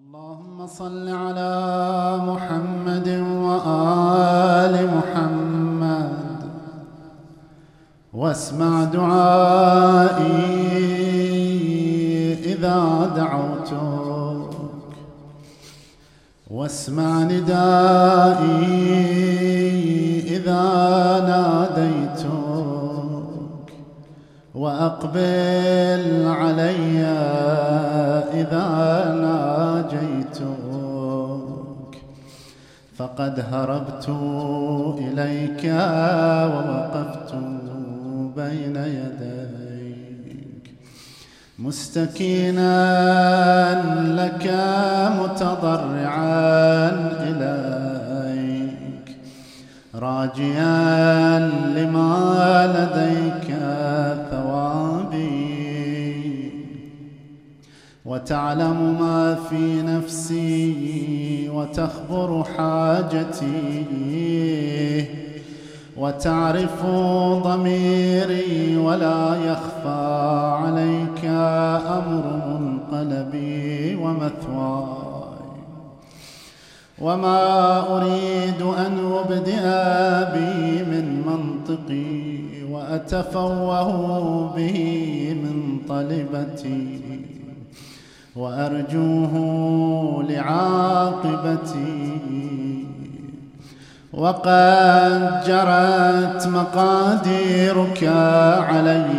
اللهم صل على محمد وآل محمد واسمع دعائي إذا دعوتك واسمع ندائي إذا ناديتك وأقبل علي إذا ناجيتك فقد هربت إليك ووقفت بين يديك مستكينا لك متضرعا إليك راجيا لما لديك ثوابي وتعلم ما في نفسي وتخبر حاجتي وتعرف ضميري ولا يخفى عليك أمر منقلبي ومثواي وما أريد أن أبدئ به من منطقي وأتفوه به من طلبتي وأرجوه لعاقبتي وقد جرت مقاديرك علي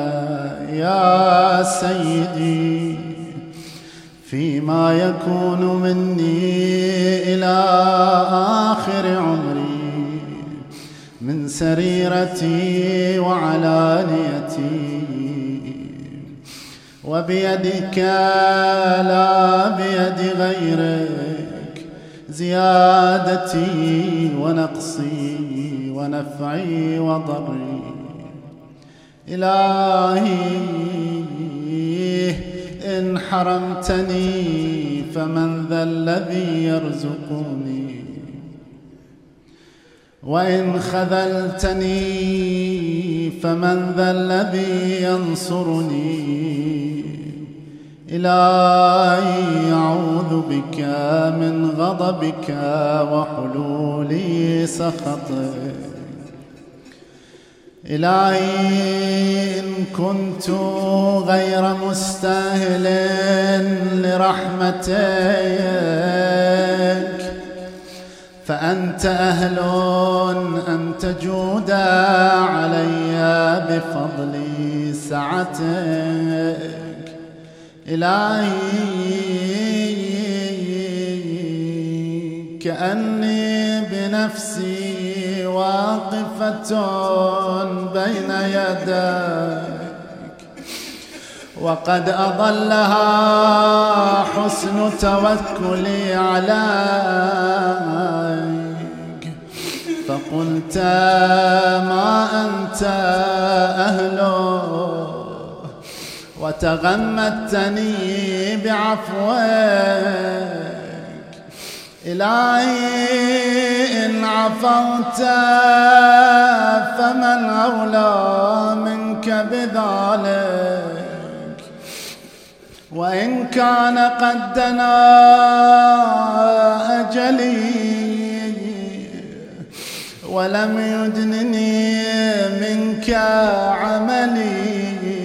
يا سيدي فيما يكون مني إلى آخر عمري من سريرتي وعلانيتي وبيدك لا بيد غيرك زيادتي ونقصي ونفعي وضري إلهي إن حرمتني فمن ذا الذي يرزقني وإن خذلتني فمن ذا الذي ينصرني إلهي أعوذ بك من غضبك وحلول سخطك إلهي إن كنت غير مستاهل لرحمتك فأنت أهل أن تجود علي بفضل سعتك إلهي كأني بنفسي واقفة بين يديك وقد أضلها حسن توكلي عليك فقلت ما أنت أهله وتغمدتني بعفوك إلهي إن عفوت فمن أولى منك بذلك وإن كان قد دنا أجلي ولم يدنني منك عملي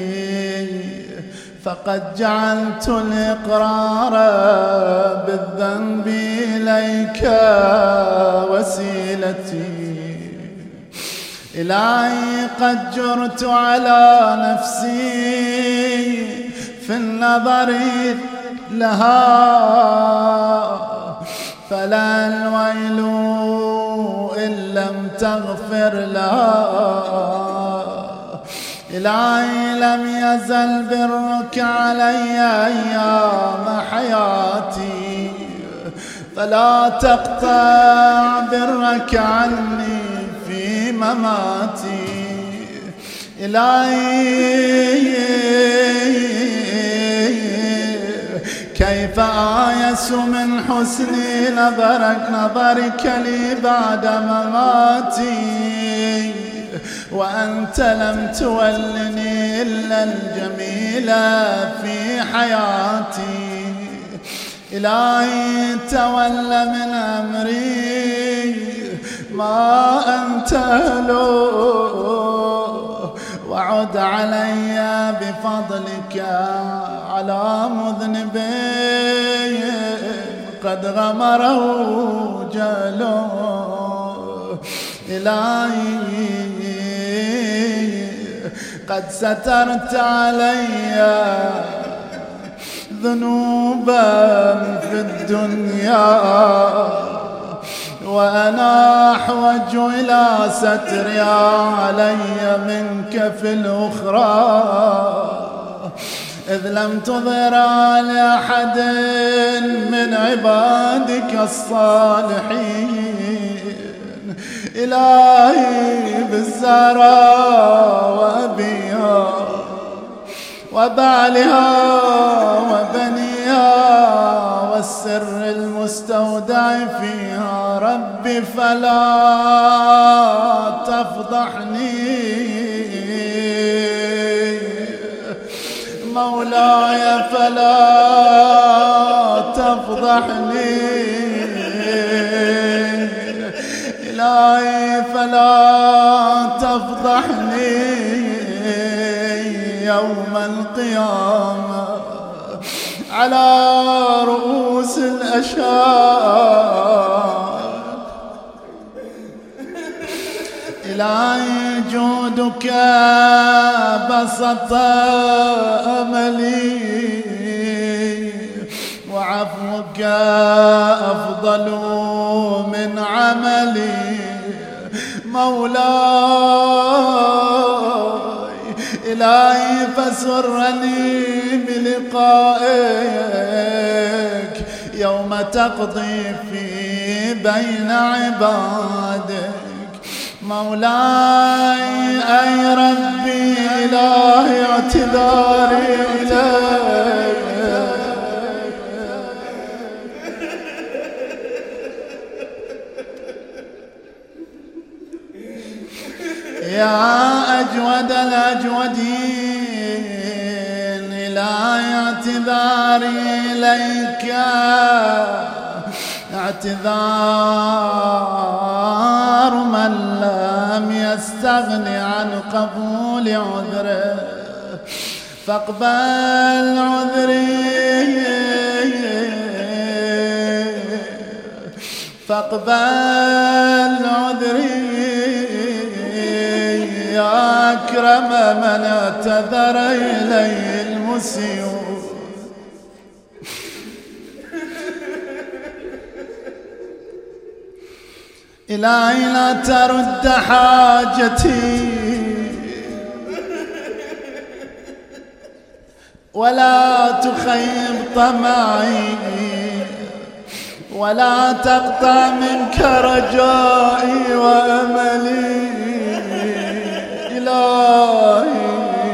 فقد جعلت الإقرار بالذنب إليك وسيلتي إلهي قد جرت على نفسي في النظر لها فلا الويل إن لم تغفر لها إلهي لم يزل برك علي أيام حياتي فلا تقطع برك عني في مماتي إلهي كيف آيس من حسن نظرك لي بعد مماتي وأنت لم تولني إلا الجميل في حياتي إلهي تولى من أمري ما أنت له، وعد علي بفضلك على مذنبي قد غمره جهله. إلهي قد سترت علي ذنوبا في الدنيا، وأنا أحوج إلى سترها علي منك في الأخرى، إذ لم تظهرها لأحد من عبادك الصالحين. إلهي بالزهراء وأبيها وبعلها وبنيها والسر المستودع فيها، رب فلا تفضحني، مولاي فلا تفضحني، إلهي فلا تفضحني يوم القيامة على رؤوس الأشهاد. إلهي جودك بسط أملي، وعفوك أفضل من عملي، مولاي إلهي فسرني بلقائك يوم تقضي في بين عبادك، مولاي أي ربي إلهي اعتذاري إليك، يا أجود الأجودين، إلهي اعتذاري إليك اعتذار من لم يستغن عن قبول عذره، فاقبل عذري فاقبل عذري يا أكرم من اعتذر إليه المسيء. إلهي لا ترد حاجتي ولا تخيب طمعي، ولا تقطع منك رجائي وأملي، إلهي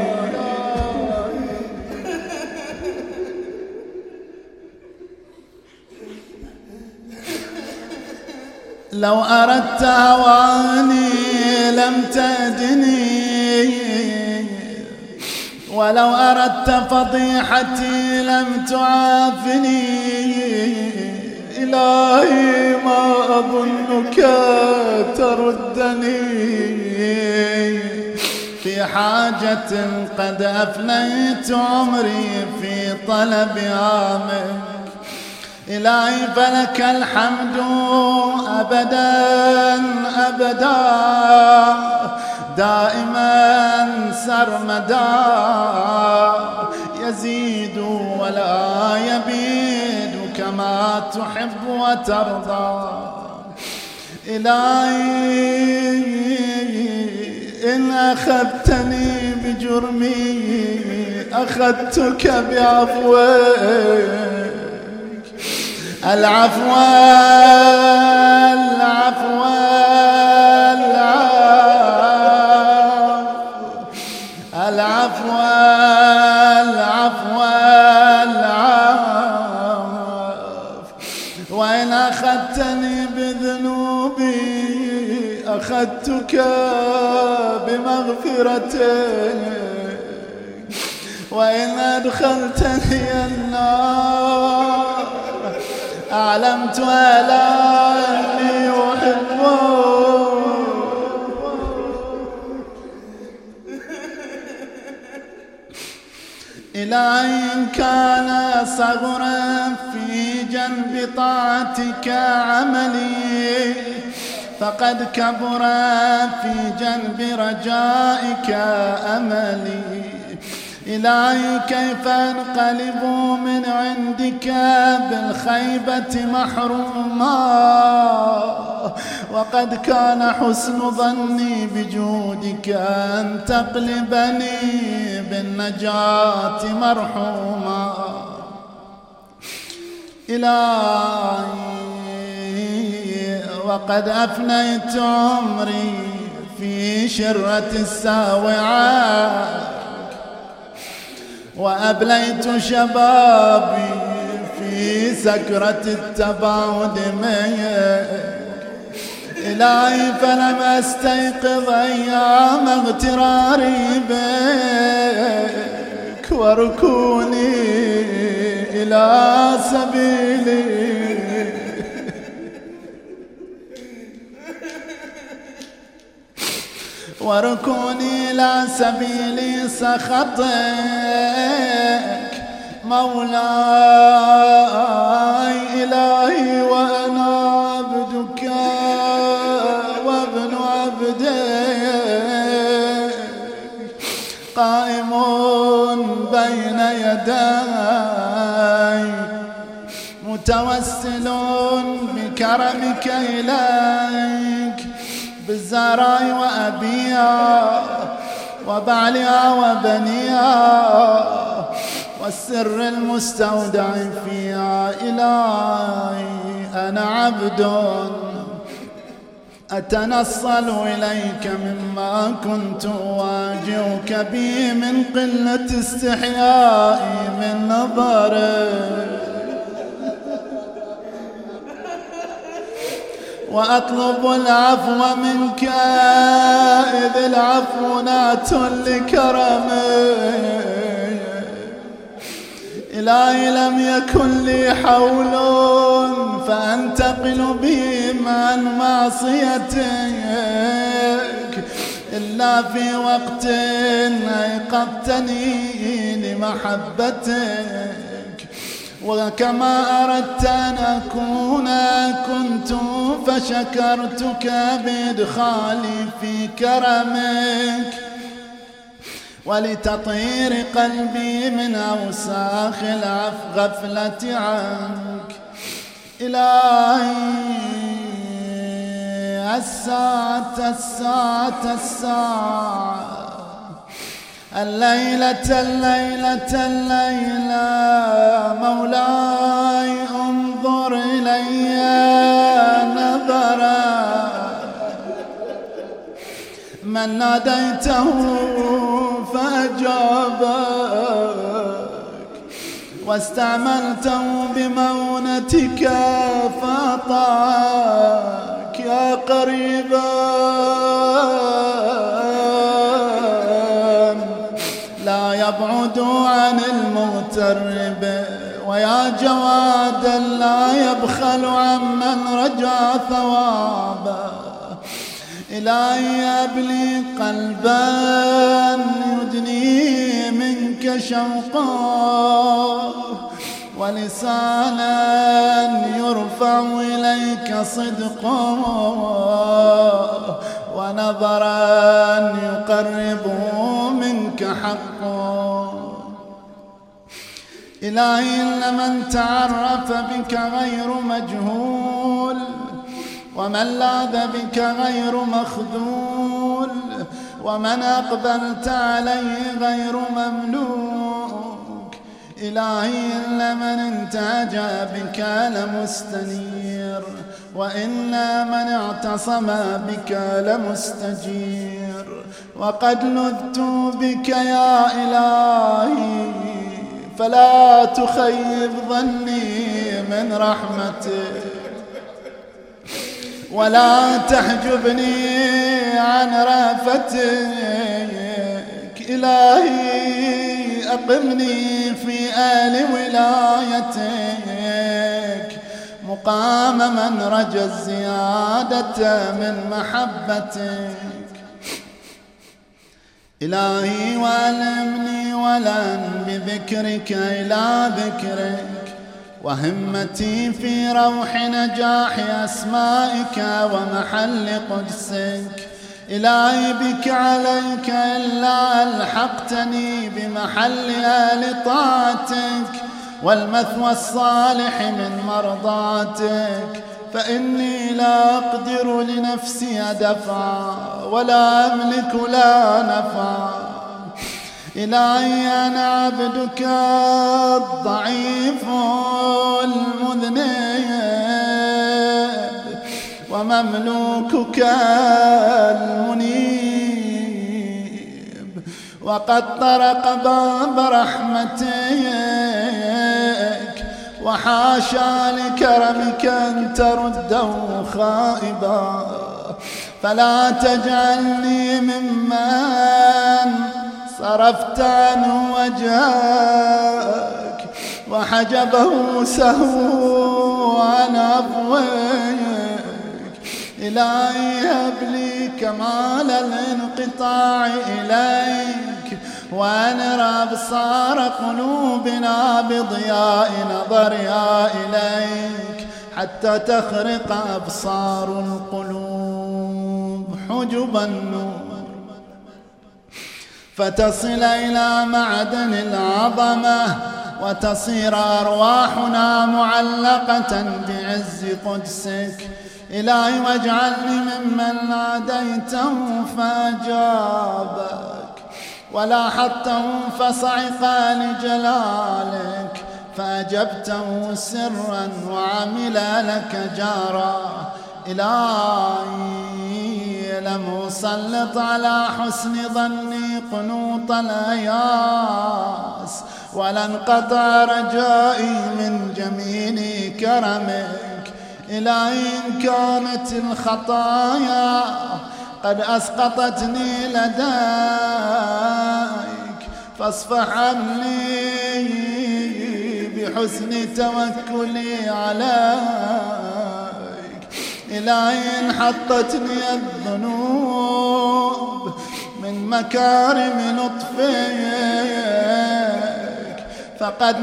لو أردت هواني لم تهدني، ولو أردت فضيحتي لم تعافني، إلهي ما أظنك تردني في حاجة قد أفنيت عمري في طلبها منك. إلهي فلك الحمد أبدا أبدا دائما سرمدا، يزيد ولا يبيد كما تحب وترضى. إلهي إن أخذتني بجرمي أخذتك بعفوك، العفو العفو العفو العفو العفو، وإن أخذتني بذنوبي أخذتك بمغفرتك، وإن أدخلتني النار أعلمت ألا أني أحبه إلهي إن كان صغرا في جنب طاعتك عملي فقد كبر في جنب رجائك أملي إلهي كيف أنقلب من عندك بالخيبة محروما وقد كان حسن ظني بجودك أن تقلبني بالنجاة مرحوما إلهي وقد أفنيت عمري في شرة الساوعات وأبليت شبابي في سكرة التباعد منك إلهي فلم أستيقظ أيام اغتراري بك وركوني إلى سبيلي وركوني إلى سبيل سخطك مولاي إلهي وأنا عبدك وابن عبدك قائم بين يدي متوسل بكرمك إليك بالزهراء وأبيها وبعلها وبنيها والسر المستودع فيها إلهي أنا عبد أتنصل إليك مما كنت أواجهك به من قلة استحيائي من نظرك وأطلب العفو منك إذ العفو نعت لكرمك إلهي لم يكن لي حول فأنتقل بهم عن معصيتك إلا في وقت أيقظتني لمحبتك وكما أردت أن أكون كنت فشكرتك بإدخالي في كرمك ولتطهير قلبي من أوساخ الغفلة عنك إلهي الساعة الليلة مولاي انظر إلي نظرا من ناديته فأجابك واستعملته بمونتك فأطاعك يا قريبا لا يبعد عن المغترب ويا جوادا لا يبخل عمن رجا ثوابا إلهي أبلي قلبا يدني منك شوقا ولسانا يرفع إليك صدقا ونظرا يقربه منك حقا إلهي إن من تعرف بك غير مجهول ومن لاذ بك غير مخذول ومن أقبلت عليه غير مملوك إلهي إن من انتهج بك لمستنير وإن من اعتصم بك لمستجير وقد لذت بك يا إلهي فلا تخيب ظني من رحمتك ولا تحجبني عن رافتك إلهي أقمني في آل ولايتك مقام من رجى الزيادة من محبتك. إلهي وألمني ولن بذكرك إلى ذكرك، وهمتي في روح نجاح أسمائك ومحل قدسك. إلهي بك عليك إلا ألحقتني بمحل آل طاعتك والمثوى الصالح من مرضاتك، فإني لا أقدر لنفسي دفعا ولا أملك لا نفعا. إلهي أنا عبدك الضعيف المذنب ومملوكك المنيب، وقد طرق باب رحمتك وحاشا لكرمك أن ترده خائبا. فلا تجعلني ممن صرفت عنه وجهك وحجبه سهو عن عفوك. إلهي هب لي كمال الانقطاع إليك، وأنر أبصار قلوبنا بضياء نظرها إليك، حتى تخرق أبصار القلوب حجب النور فتصل إلى معدن العظمة، وتصير أرواحنا معلقة بعز قدسك. إلهي واجعلني ممن ناديته فأجابك ولاحظته فصعق لجلالك فأجبته سرا وعمل لك جارا. إلهي لم أسلط على حسن ظني قنوط الأياس، ولا انقطع رجائي من جميل كرمك. إلهي إن كانت الخطايا قد أسقطتني لديك فاصفح عني بحسن توكلي عليك. إلهي إن حطتني الذنوب من مكارم لطفك فقد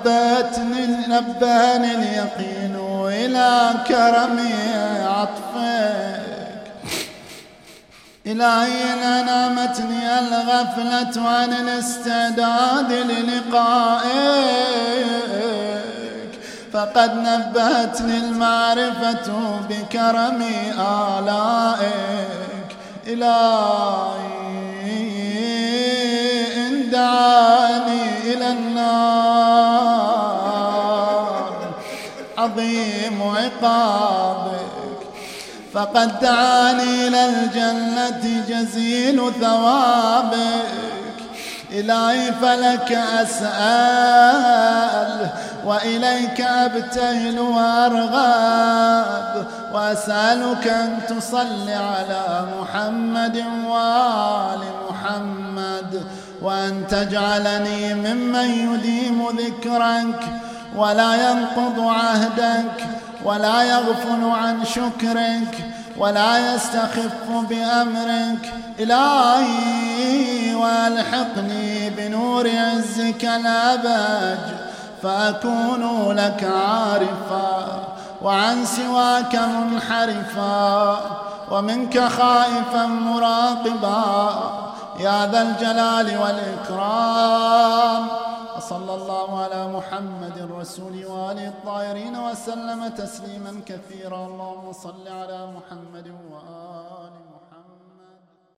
نبهني اليقين إلى كرم عطفك. إلهي إن نامتني الغفلة عن الاستعداد للقائك فقد نبهتني المعرفة بكرم آلائك. إلهي إن دعاني إلى النار عظيم عقابك فقد دعاني إلى الجنة جزيل ثوابك. إلهي فلك أسأل وإليك أبتهل وأرغب، وأسألك أن تصلي على محمد وآل محمد، وأن تجعلني ممن يديم ذكرك ولا ينقض عهدك ولا يغفل عن شكرك ولا يستخف بأمرك. إلهي والحقني بنور عزك الأبج فأكون لك عارفا وعن سواك منحرفا ومنك خائفا مراقبا يا ذا الجلال والإكرام. وصلى الله على محمد رسول وآله الطاهرين وسلم تسليما كثيرا. اللهم صل على محمد وآله